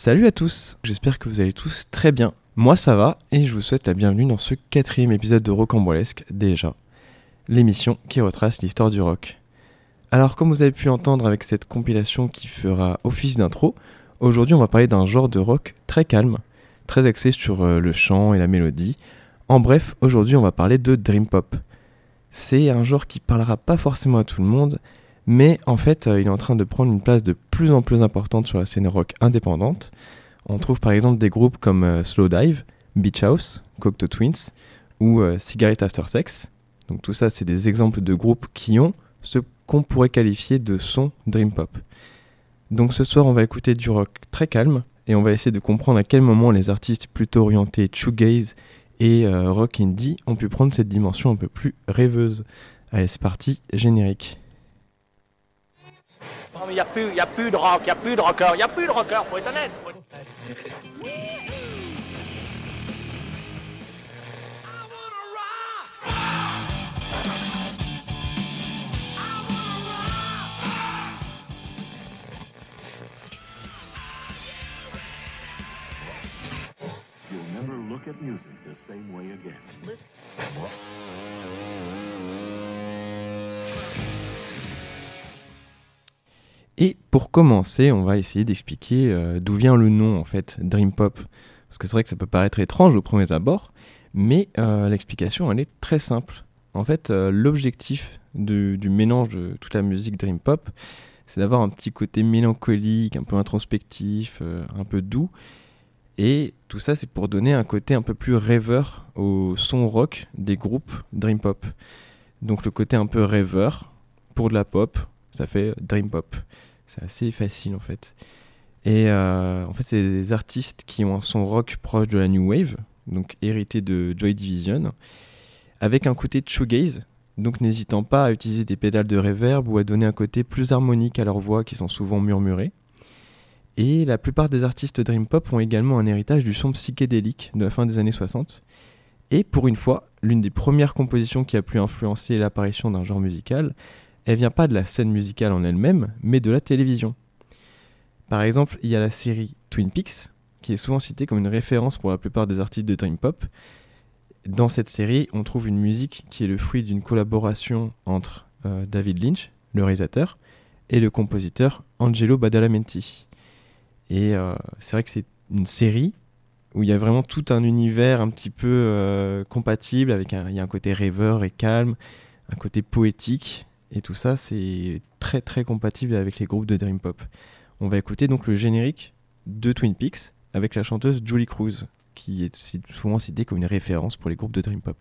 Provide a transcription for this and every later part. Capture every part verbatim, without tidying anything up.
Salut à tous, j'espère que vous allez tous très bien. Moi ça va et je vous souhaite la bienvenue dans ce quatrième épisode de Rocambolesque déjà, l'émission qui retrace l'histoire du rock. Alors comme vous avez pu entendre avec cette compilation qui fera office d'intro, aujourd'hui on va parler d'un genre de rock très calme, très axé sur euh, le chant et la mélodie. En bref, aujourd'hui on va parler de Dream Pop. C'est un genre qui parlera pas forcément à tout le monde, mais en fait euh, il est en train de prendre une place de plus en plus importante sur la scène rock indépendante. On trouve par exemple des groupes comme euh, Slowdive, Beach House, Cocteau Twins ou euh, Cigarette After Sex. Donc tout ça c'est des exemples de groupes qui ont ce qu'on pourrait qualifier de son Dream Pop. Donc ce soir on va écouter du rock très calme et on va essayer de comprendre à quel moment les artistes plutôt orientés shoegaze et euh, rock indie ont pu prendre cette dimension un peu plus rêveuse. Allez c'est parti, générique. Il n'y a plus, il n'y a plus de rock, il n'y a plus de rocker, il n'y a plus de rocker, faut être honnête. You'll never look at music the same way again. Et pour commencer, on va essayer d'expliquer euh, d'où vient le nom en fait, Dream Pop. Parce que c'est vrai que ça peut paraître étrange aux premiers abords, mais euh, l'explication elle est très simple. En fait, euh, l'objectif de, du mélange de toute la musique Dream Pop, c'est d'avoir un petit côté mélancolique, un peu introspectif, euh, un peu doux. Et tout ça, c'est pour donner un côté un peu plus rêveur au son rock des groupes Dream Pop. Donc le côté un peu rêveur, pour de la pop, ça fait Dream Pop. C'est assez facile en fait. Et euh, en fait, c'est des artistes qui ont un son rock proche de la new wave, donc hérité de Joy Division, avec un côté shoegaze, donc n'hésitant pas à utiliser des pédales de reverb ou à donner un côté plus harmonique à leur voix qui sont souvent murmurées. Et la plupart des artistes Dream Pop ont également un héritage du son psychédélique de la fin des années soixante. Et pour une fois, l'une des premières compositions qui a pu influencer l'apparition d'un genre musical, elle vient pas de la scène musicale en elle-même, mais de la télévision. Par exemple, il y a la série Twin Peaks, qui est souvent citée comme une référence pour la plupart des artistes de Dream Pop. Dans cette série, on trouve une musique qui est le fruit d'une collaboration entre euh, David Lynch, le réalisateur, et le compositeur Angelo Badalamenti. Et euh, c'est vrai que c'est une série où il y a vraiment tout un univers un petit peu euh, compatible, avec un, il y a un côté rêveur et calme, un côté poétique, et tout ça c'est très très compatible avec les groupes de Dream Pop. On va écouter donc le générique de Twin Peaks avec la chanteuse Julie Cruz, qui est souvent citée comme une référence pour les groupes de Dream Pop.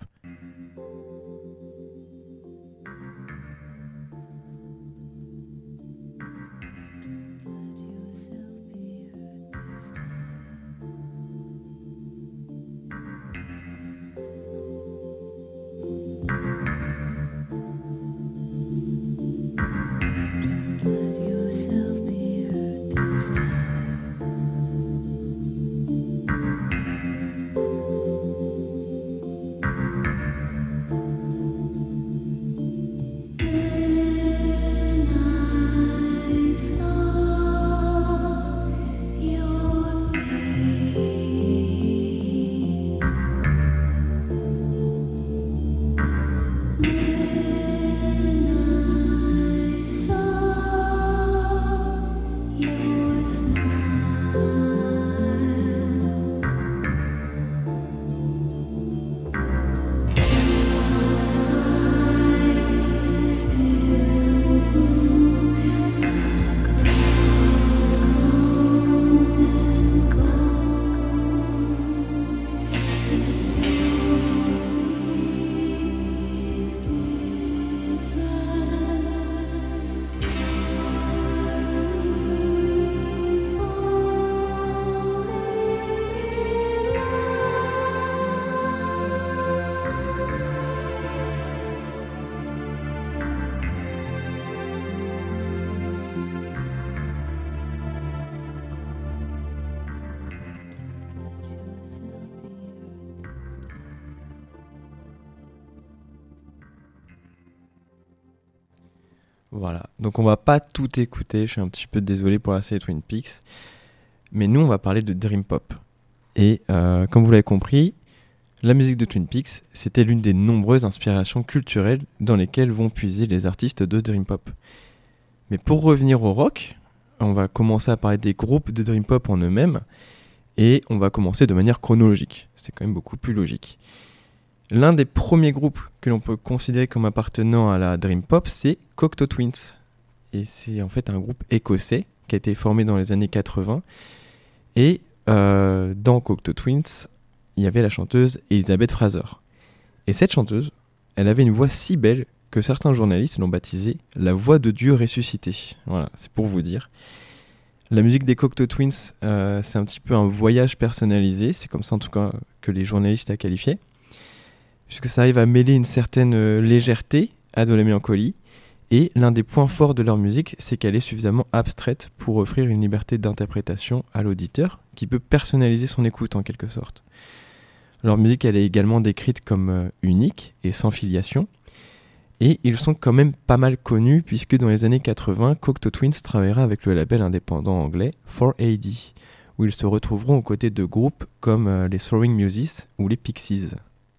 Voilà, donc on va pas tout écouter, je suis un petit peu désolé pour la série Twin Peaks. Mais nous, on va parler de Dream Pop. Et euh, comme vous l'avez compris, la musique de Twin Peaks, c'était l'une des nombreuses inspirations culturelles dans lesquelles vont puiser les artistes de Dream Pop. Mais pour revenir au rock, on va commencer à parler des groupes de Dream Pop en eux-mêmes, et on va commencer de manière chronologique. C'est quand même beaucoup plus logique. L'un des premiers groupes que l'on peut considérer comme appartenant à la Dream Pop, c'est Cocteau Twins. Et c'est en fait un groupe écossais qui a été formé dans les années quatre-vingts. Et euh, dans Cocteau Twins, il y avait la chanteuse Elizabeth Fraser. Et cette chanteuse, elle avait une voix si belle que certains journalistes l'ont baptisée la voix de Dieu ressuscitée. Voilà, c'est pour vous dire. La musique des Cocteau Twins, euh, c'est un petit peu un voyage personnalisé, c'est comme ça en tout cas que les journalistes la qualifiaient, puisque ça arrive à mêler une certaine euh, légèreté à de la mélancolie, et l'un des points forts de leur musique, c'est qu'elle est suffisamment abstraite pour offrir une liberté d'interprétation à l'auditeur, qui peut personnaliser son écoute en quelque sorte. Leur musique, elle est également décrite comme euh, unique et sans filiation. Et ils sont quand même pas mal connus, puisque dans les années quatre-vingts, Cocteau Twins travaillera avec le label indépendant anglais four A D, où ils se retrouveront aux côtés de groupes comme euh, les Soaring Muses ou les Pixies.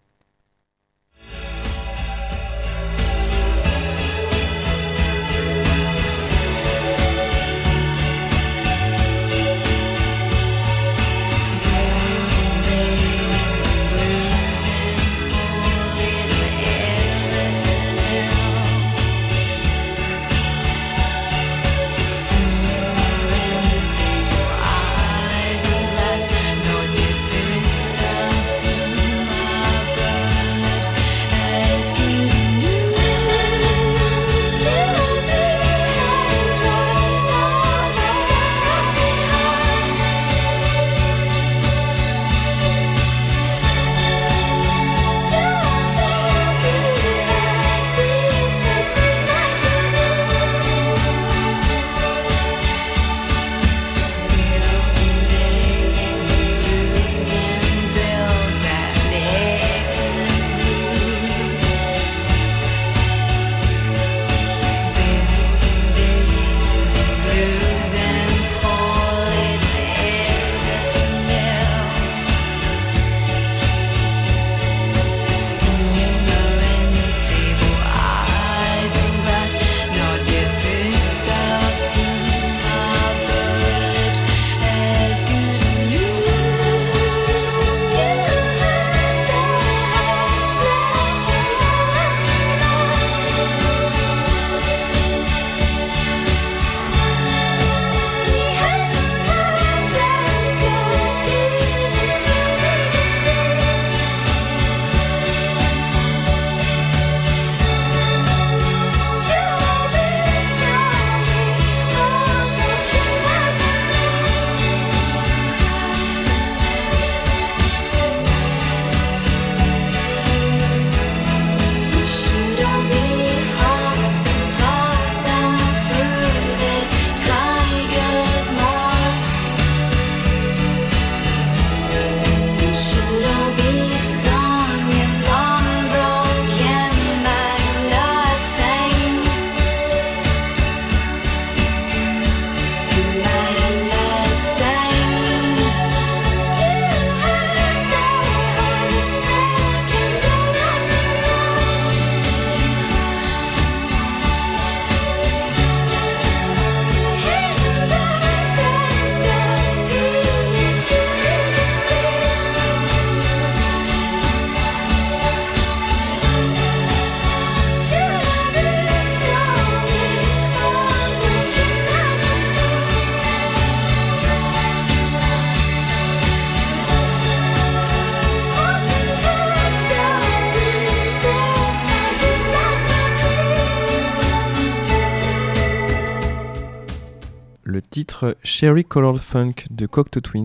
Le titre Cherry Colored Funk de Cocteau Twins.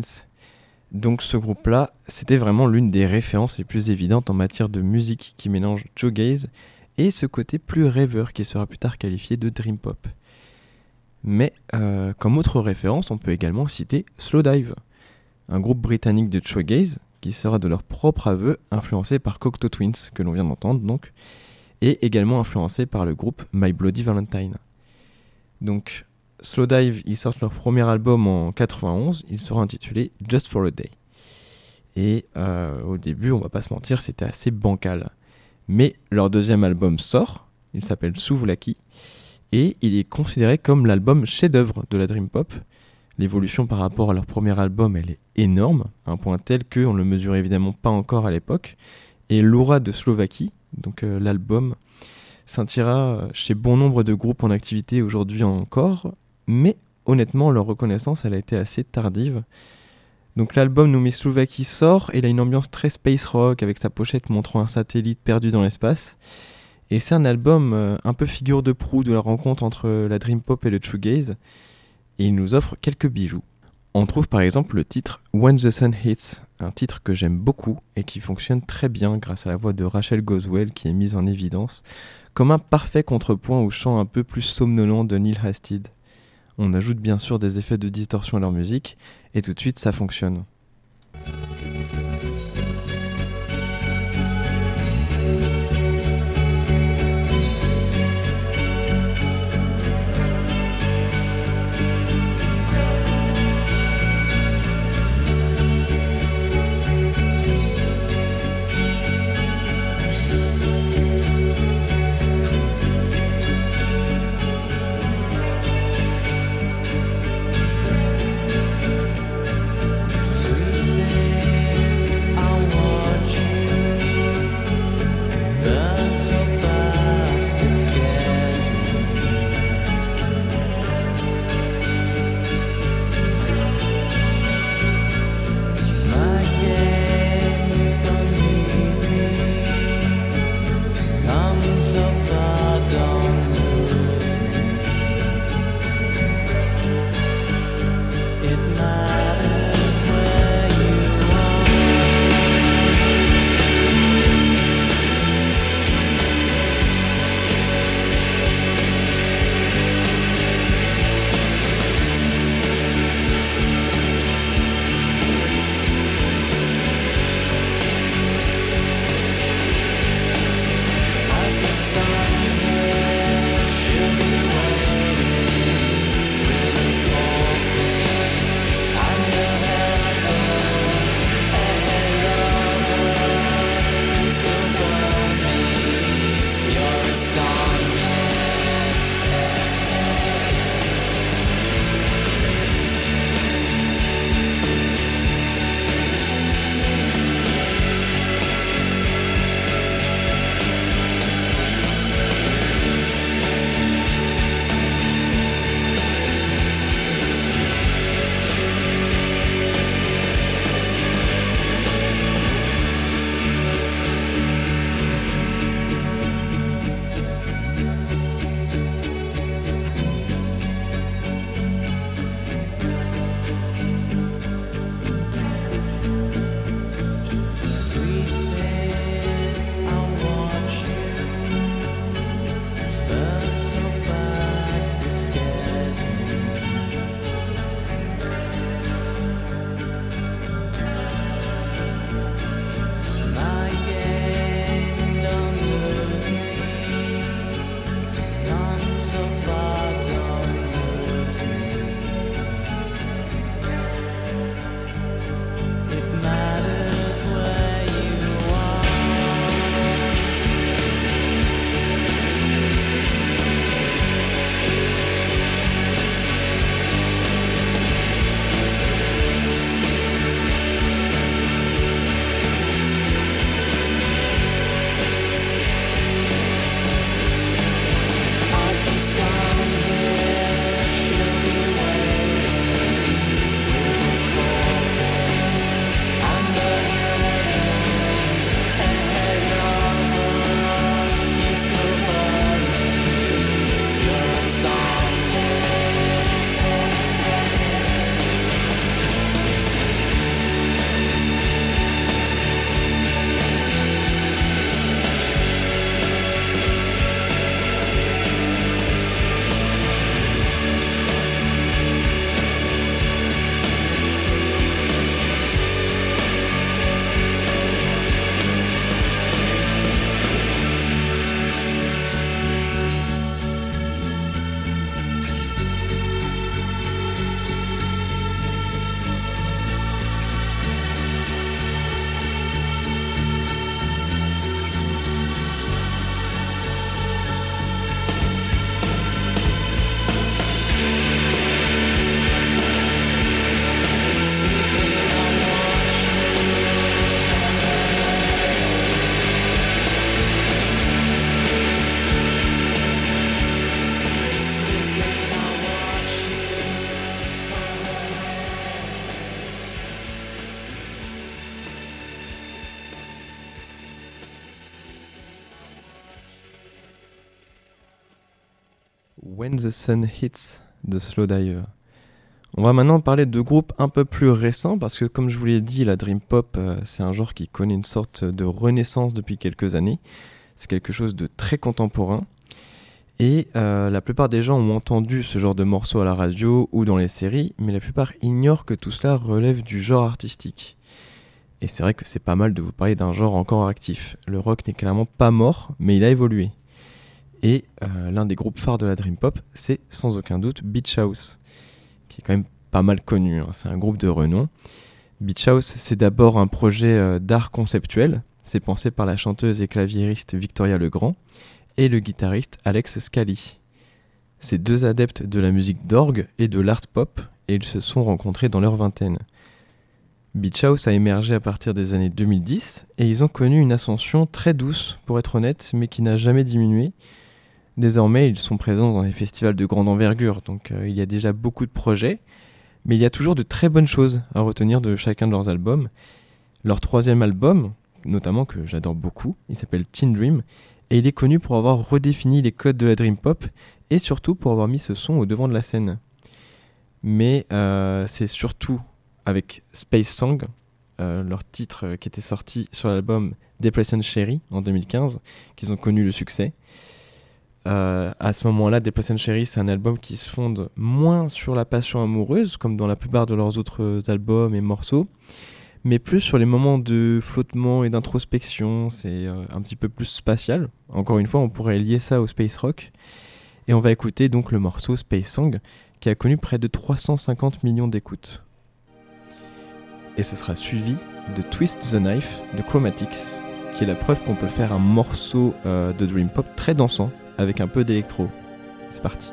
Donc ce groupe-là, c'était vraiment l'une des références les plus évidentes en matière de musique qui mélange shoegaze et ce côté plus rêveur qui sera plus tard qualifié de dream pop. Mais euh, comme autre référence, on peut également citer Slowdive, un groupe britannique de shoegaze qui sera de leur propre aveu influencé par Cocteau Twins, que l'on vient d'entendre donc, et également influencé par le groupe My Bloody Valentine. Donc Slowdive, ils sortent leur premier album en quatre-vingt-onze, il sera intitulé Just for a Day. Et euh, au début, on va pas se mentir, c'était assez bancal. Mais leur deuxième album sort, il s'appelle Souvlaki, et il est considéré comme l'album chef-d'œuvre de la Dream Pop. L'évolution par rapport à leur premier album, elle est énorme, à un point tel qu'on ne le mesurait évidemment pas encore à l'époque. Et L'aura de Slovaquie, donc euh, l'album, scintillera chez bon nombre de groupes en activité aujourd'hui encore, mais honnêtement, leur reconnaissance, elle a été assez tardive. Donc l'album nommé Slovaquie sort, et il a une ambiance très space rock, avec sa pochette montrant un satellite perdu dans l'espace. Et c'est un album euh, un peu figure de proue de la rencontre entre la Dream Pop et le Shoegaze, et il nous offre quelques bijoux. On trouve par exemple le titre When the Sun Hits, un titre que j'aime beaucoup et qui fonctionne très bien grâce à la voix de Rachel Goswell qui est mise en évidence, comme un parfait contrepoint au chant un peu plus somnolent de Neil Hastid. On ajoute bien sûr des effets de distorsion à leur musique, et tout de suite ça fonctionne. Sweet thing. When the Sun Hits de Slowdive. On va maintenant parler de groupes un peu plus récents parce que comme je vous l'ai dit, la Dream Pop euh, c'est un genre qui connaît une sorte de renaissance depuis quelques années. C'est quelque chose de très contemporain et euh, la plupart des gens ont entendu ce genre de morceaux à la radio ou dans les séries, mais la plupart ignorent que tout cela relève du genre artistique. Et c'est vrai que c'est pas mal de vous parler d'un genre encore actif. Le rock n'est clairement pas mort, mais il a évolué. Et euh, l'un des groupes phares de la Dream Pop, c'est sans aucun doute Beach House, qui est quand même pas mal connu, hein. C'est un groupe de renom. Beach House, c'est d'abord un projet euh, d'art conceptuel. C'est pensé par la chanteuse et claviériste Victoria Legrand et le guitariste Alex Scally. Ces deux adeptes de la musique d'orgue et de l'art pop, et ils se sont rencontrés dans leur vingtaine. Beach House a émergé à partir des années deux mille dix et ils ont connu une ascension très douce, pour être honnête, mais qui n'a jamais diminué. Désormais, ils sont présents dans les festivals de grande envergure, donc euh, il y a déjà beaucoup de projets, mais il y a toujours de très bonnes choses à retenir de chacun de leurs albums. Leur troisième album, notamment que j'adore beaucoup, il s'appelle Teen Dream, et il est connu pour avoir redéfini les codes de la Dream Pop, et surtout pour avoir mis ce son au devant de la scène. Mais euh, c'est surtout avec Space Song, euh, leur titre qui était sorti sur l'album Depression Sherry en deux mille quinze, qu'ils ont connu le succès. Euh, à ce moment-là, Depression Sherry, c'est un album qui se fonde moins sur la passion amoureuse, comme dans la plupart de leurs autres albums et morceaux, mais plus sur les moments de flottement et d'introspection. C'est euh, un petit peu plus spatial. Encore une fois, on pourrait lier ça au space rock. Et on va écouter donc le morceau Space Song, qui a connu près de trois cent cinquante millions d'écoutes. Et ce sera suivi de Twist the Knife de Chromatics, qui est la preuve qu'on peut faire un morceau euh, de Dream Pop très dansant, avec un peu d'électro. C'est parti.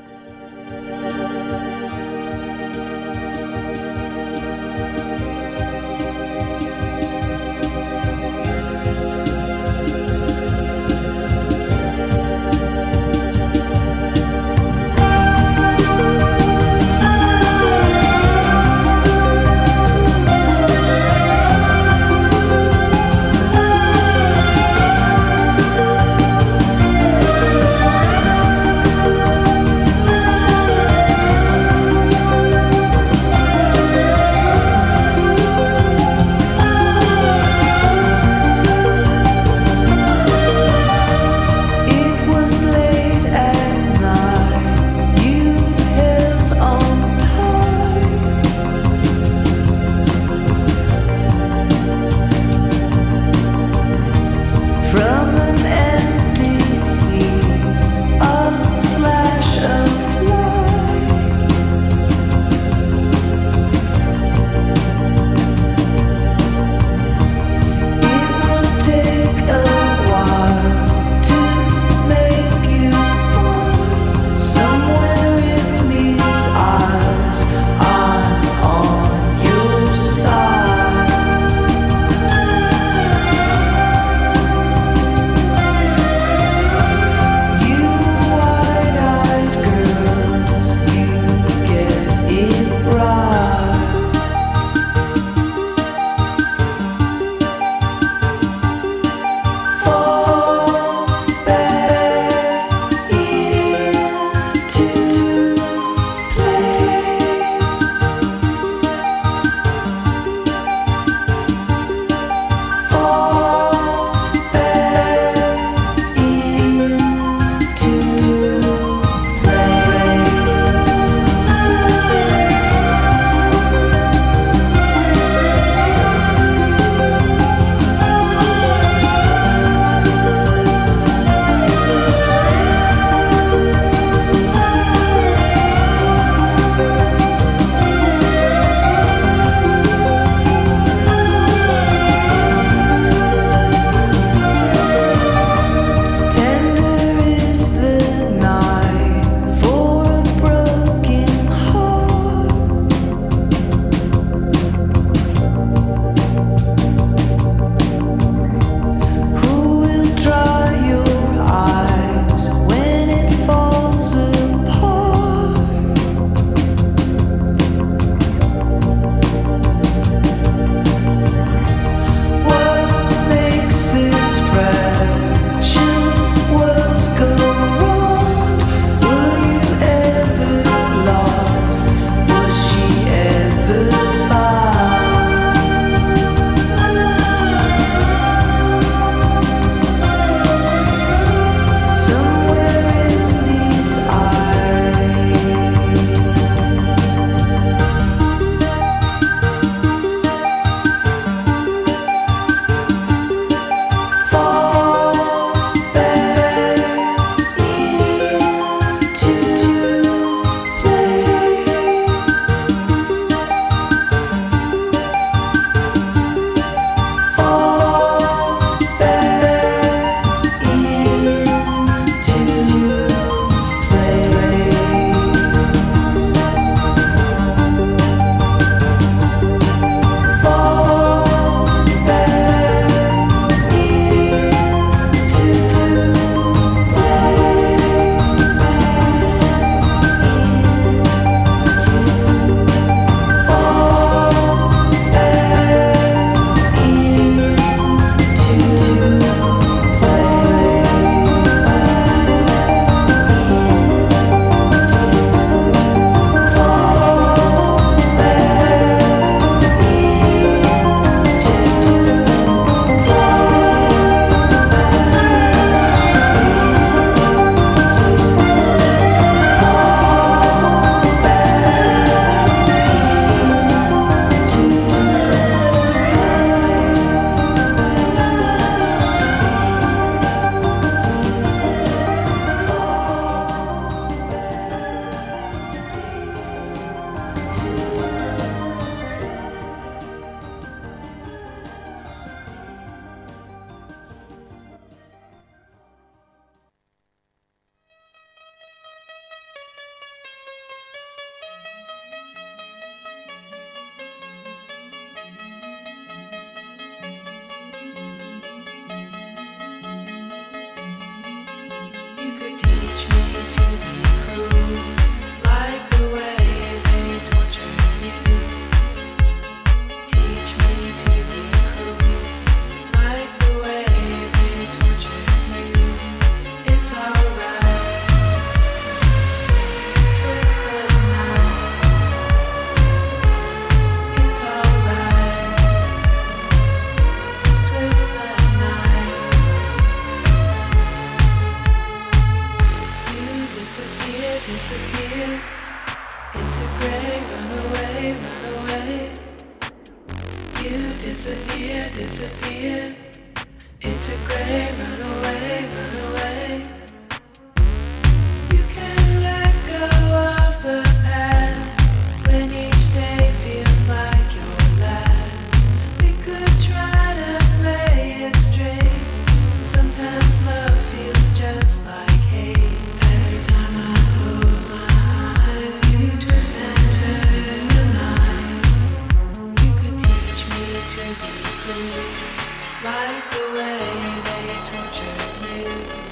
disappear into gray, run away, run away. You disappear, disappear into gray, run away, run away. You can let go of the past when each day feels like your last. We could try to play it straight. Sometimes love feels just like hate. Every time I close my eyes, you twist and turn the night. You could teach me to be cruel, like the way they tortured you.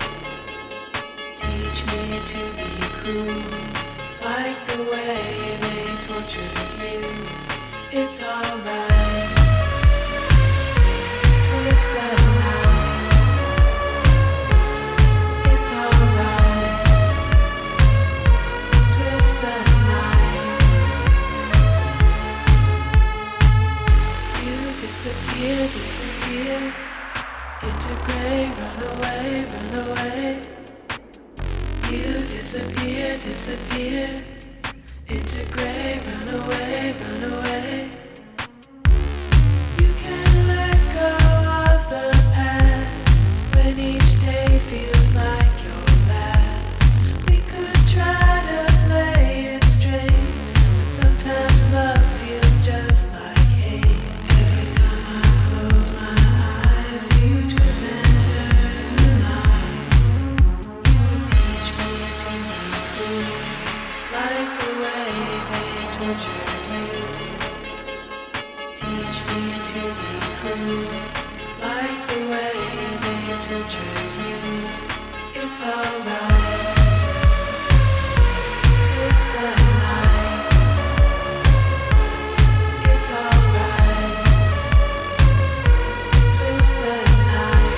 Teach me to be cruel, like the way they tortured you. It's alright. Twist and night. It's alright. Twist and night. You disappear, disappear into gray, run away, run away. You disappear, disappear into gray, run away, run away. You can let go of the past when each day feels like your last. We could try to play it straight, but sometimes love feels just like hate. Every time I close my eyes, you twist and turn the night. You could teach me to be cruel, like the way they tortured you. Teach me to be cruel, like the way they tortured you. It's alright. Twist the night. It's alright. Twist the night.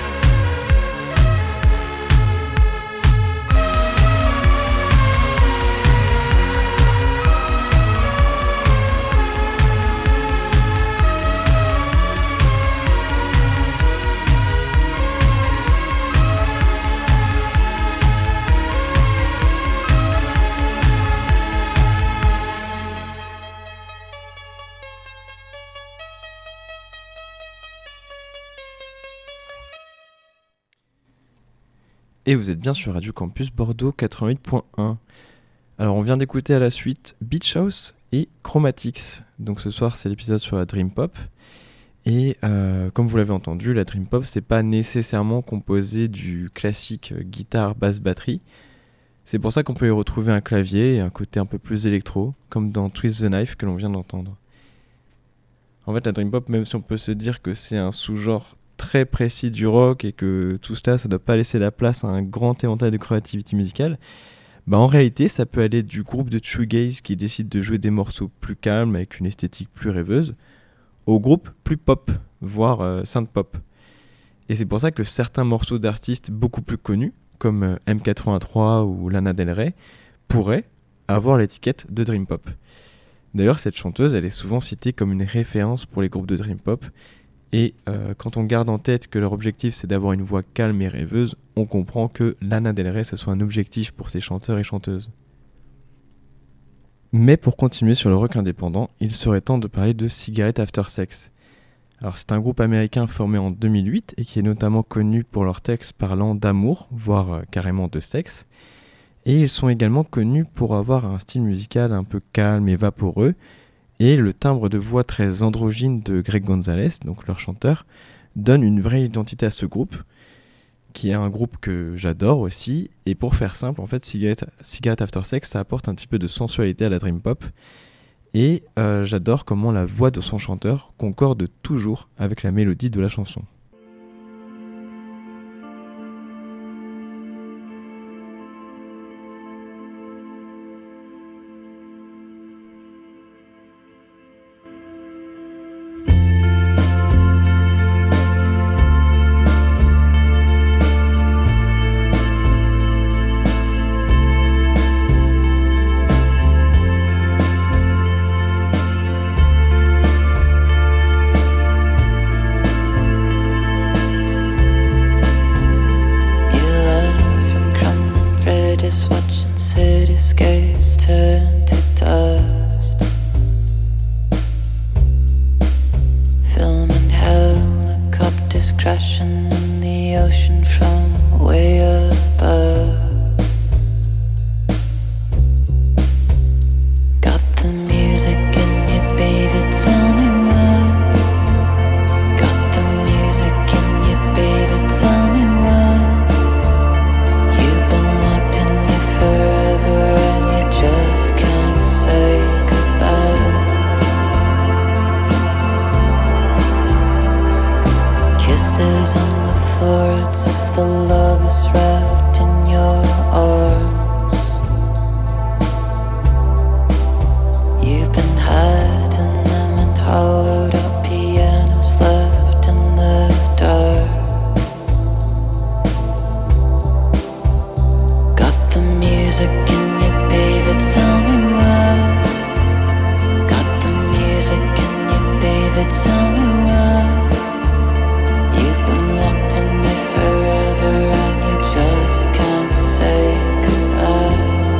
Et vous êtes bien sur Radio Campus Bordeaux quatre-vingt-huit point un. Alors on vient d'écouter à la suite Beach House et Chromatics. Donc ce soir c'est l'épisode sur la Dream Pop. Et euh, comme vous l'avez entendu, la Dream Pop c'est pas nécessairement composé du classique euh, guitare, basse, batterie. C'est pour ça qu'on peut y retrouver un clavier et un côté un peu plus électro, comme dans Twist the Knife que l'on vient d'entendre. En fait la Dream Pop, même si on peut se dire que c'est un sous-genre très précis du rock et que tout cela, ça doit pas laisser la place à un grand éventail de créativité musicale, bah en réalité, ça peut aller du groupe de shoegaze qui décide de jouer des morceaux plus calmes avec une esthétique plus rêveuse, au groupe plus pop, voire euh, synth-pop. Et c'est pour ça que certains morceaux d'artistes beaucoup plus connus, comme euh, M quatre-vingt-trois ou Lana Del Rey, pourraient avoir l'étiquette de Dream Pop. D'ailleurs, cette chanteuse, elle est souvent citée comme une référence pour les groupes de Dream Pop. Et euh, quand on garde en tête que leur objectif c'est d'avoir une voix calme et rêveuse, on comprend que Lana Del Rey ce soit un objectif pour ces chanteurs et chanteuses. Mais pour continuer sur le rock indépendant, il serait temps de parler de Cigarette After Sex. Alors c'est un groupe américain formé en deux mille huit et qui est notamment connu pour leurs textes parlant d'amour, voire euh, carrément de sexe. Et ils sont également connus pour avoir un style musical un peu calme et vaporeux, et le timbre de voix très androgyne de Greg Gonzalez, donc leur chanteur, donne une vraie identité à ce groupe, qui est un groupe que j'adore aussi. Et pour faire simple, en fait, Cigarette, Cigarette After Sex, ça apporte un petit peu de sensualité à la Dream Pop. Et euh, j'adore comment la voix de son chanteur concorde toujours avec la mélodie de la chanson. Thank ocean from way above. Got the music in you, baby, tell me why. Got the music in you, baby, tell me why. You've been wanting me forever and you just can't say goodbye. Kisses on the foreheads of the lovers wrapped in your arms. You've been hiding them in hollowed out pianos left in the dark. Got the music in you, baby, tell me why. Got the music in you, baby, tell me why. You've been locked in me forever and you just can't say goodbye.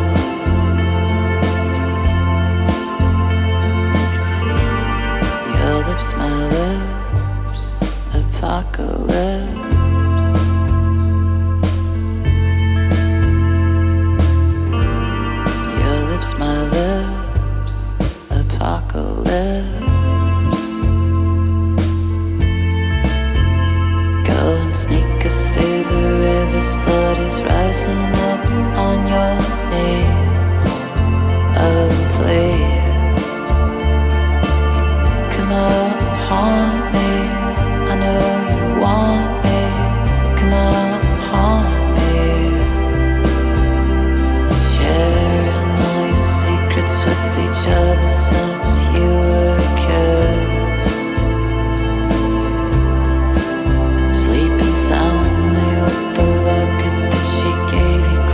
Your lips, my lips, apocalypse. Your lips, my lips, apocalypse. Go and sneak us through the rivers, flood is rising up on your knees. Oh, please, come on, haunt me. I know you want me. Come on, haunt me. Sharing all your secrets with each other since you were kids. Sleeping soundly with the locket that she gave you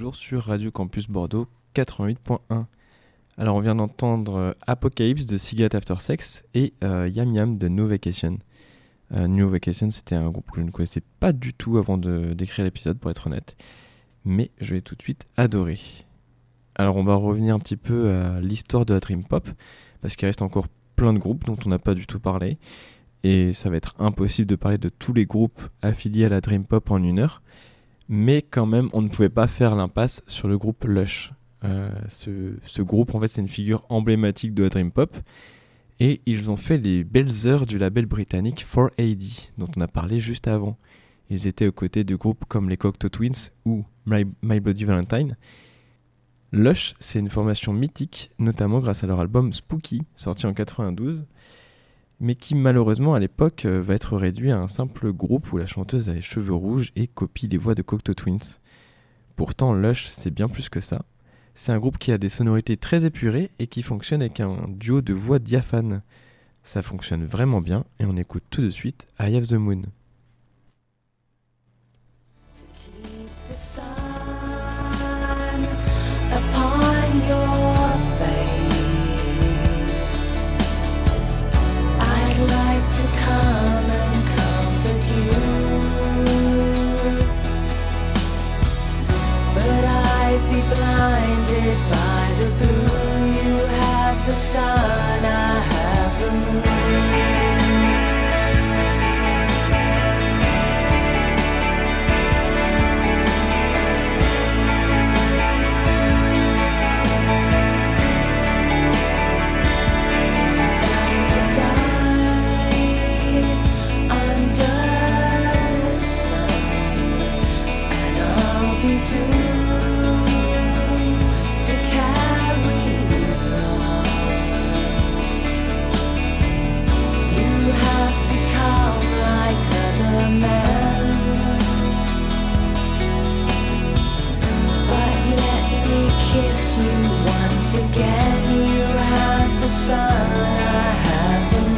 toujours sur Radio Campus Bordeaux quatre-vingt-huit point un. Alors on vient d'entendre euh, Apocalypse de Cigarette After Sex et euh, Yam Yam de No Vacation. Euh, No Vacation, c'était un groupe que je ne connaissais pas du tout avant de, d'écrire l'épisode, pour être honnête. Mais je l'ai tout de suite adoré. Alors on va revenir un petit peu à l'histoire de la Dream Pop, parce qu'il reste encore plein de groupes dont on n'a pas du tout parlé. Et ça va être impossible de parler de tous les groupes affiliés à la Dream Pop en une heure. Mais quand même, on ne pouvait pas faire l'impasse sur le groupe Lush. Euh, ce, ce groupe, en fait, c'est une figure emblématique de la Dream Pop. Et ils ont fait les belles heures du label britannique four A D, dont on a parlé juste avant. Ils étaient aux côtés de groupes comme les Cocteau Twins ou My, My Bloody Valentine. Lush, c'est une formation mythique, notamment grâce à leur album Spooky, sorti en quatre-vingt-douze, mais qui malheureusement à l'époque euh, va être réduit à un simple groupe où la chanteuse a les cheveux rouges et copie les voix de Cocteau Twins. Pourtant Lush c'est bien plus que ça. C'est un groupe qui a des sonorités très épurées et qui fonctionne avec un duo de voix diaphanes. Ça fonctionne vraiment bien et on écoute tout de suite Eye of the Moon. To come and comfort you, but I'd be blinded by the blue. You have the sun, I have the moon. Kiss you once again. You have the sun, I have the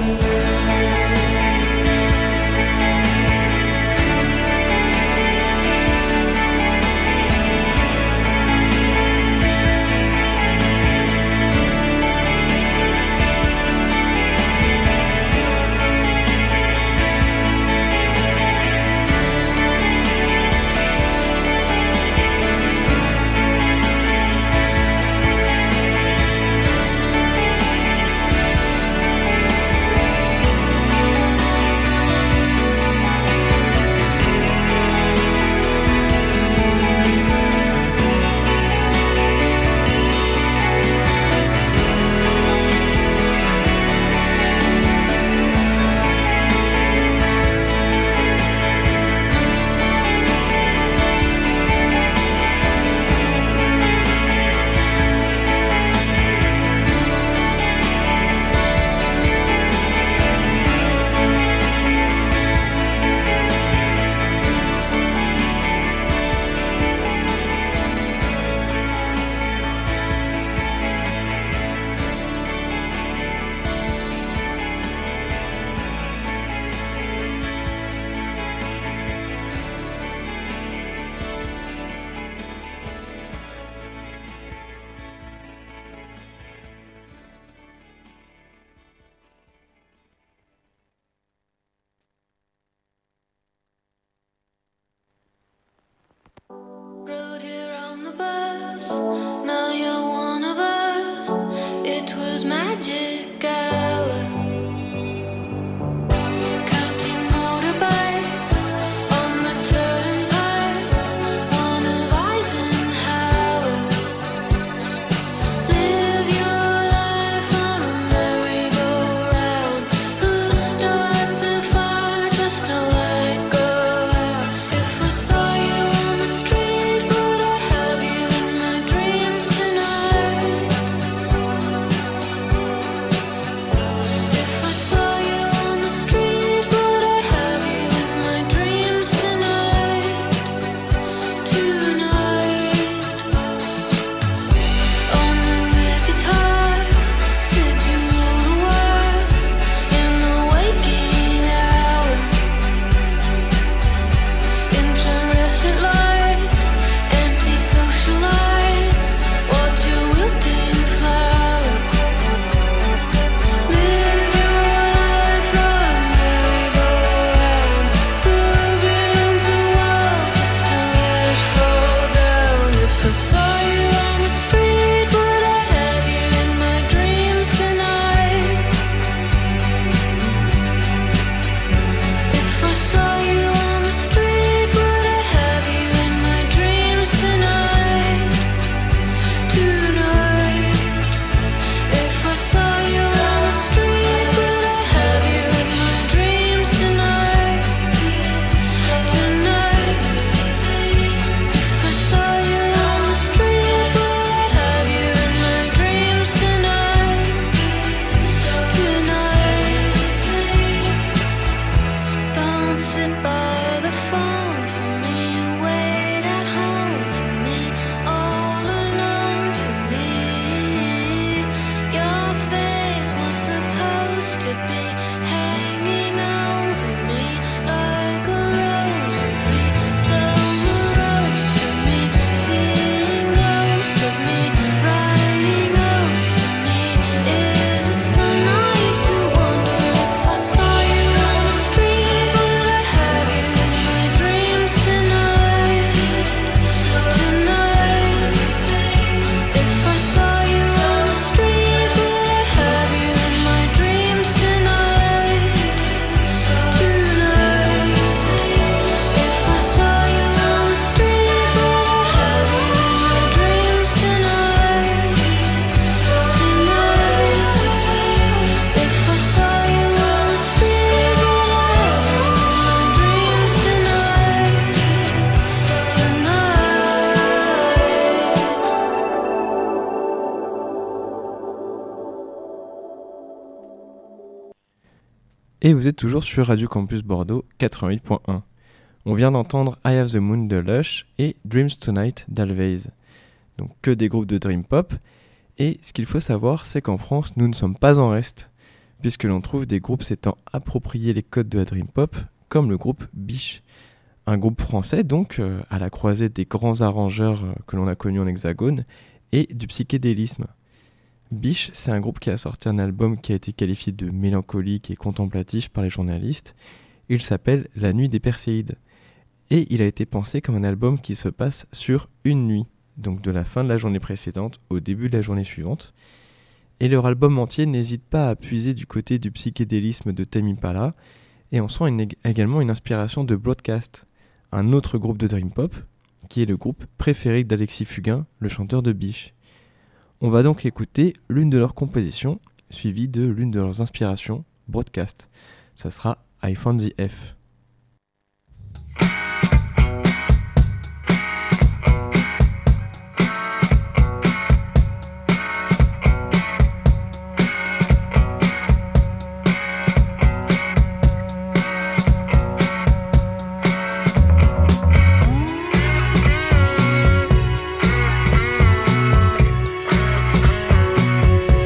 Et vous êtes toujours sur Radio Campus Bordeaux quatre-vingt-huit point un. On vient d'entendre I Have the Moon de Lush et Dreams Tonight d'Alvase. Donc que des groupes de Dream Pop. Et ce qu'il faut savoir, c'est qu'en France, nous ne sommes pas en reste, puisque l'on trouve des groupes s'étant appropriés les codes de la Dream Pop, comme le groupe Biche. Un groupe français donc, euh, à la croisée des grands arrangeurs euh, que l'on a connus en hexagone, et du psychédélisme. Biche, c'est un groupe qui a sorti un album qui a été qualifié de mélancolique et contemplatif par les journalistes. Il s'appelle La Nuit des Perséides. Et il a été pensé comme un album qui se passe sur une nuit, donc de la fin de la journée précédente au début de la journée suivante. Et leur album entier n'hésite pas à puiser du côté du psychédélisme de Tame Impala, et on sent une, également une inspiration de Broadcast, un autre groupe de Dream Pop, qui est le groupe préféré d'Alexis Fugain, le chanteur de Biche. On va donc écouter l'une de leurs compositions, suivie de l'une de leurs inspirations, Broadcast. Ça sera I Found the F.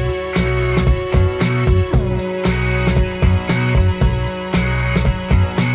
Thank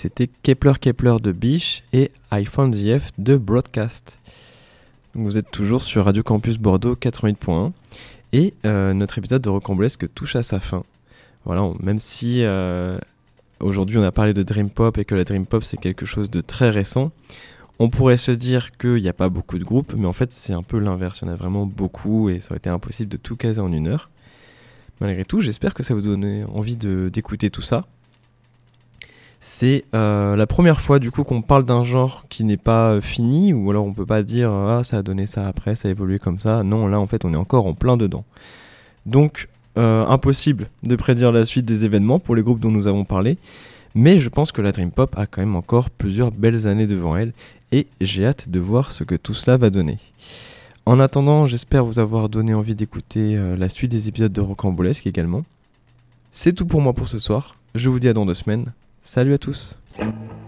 c'était Kepler Kepler de Biche et I Found the F de Broadcast. Donc vous êtes toujours sur Radio Campus Bordeaux quatre-vingt-huit point un et euh, notre épisode de Rocambolesque touche à sa fin. Voilà, on, même si euh, aujourd'hui on a parlé de Dream Pop et que la Dream Pop c'est quelque chose de très récent, on pourrait se dire qu'il n'y a pas beaucoup de groupes, mais en fait c'est un peu l'inverse, il y en a vraiment beaucoup et ça aurait été impossible de tout caser en une heure. Malgré tout, j'espère que ça vous donne envie de, d'écouter tout ça. C'est euh, la première fois du coup qu'on parle d'un genre qui n'est pas fini, ou alors on peut pas dire ah ça a donné ça après, ça a évolué comme ça. Non, là en fait on est encore en plein dedans. Donc euh, impossible de prédire la suite des événements pour les groupes dont nous avons parlé, mais je pense que la Dream Pop a quand même encore plusieurs belles années devant elle et j'ai hâte de voir ce que tout cela va donner. En attendant, j'espère vous avoir donné envie d'écouter euh, la suite des épisodes de Rocambolesque également. C'est tout pour moi pour ce soir, je vous dis à dans deux semaines. Salut à tous.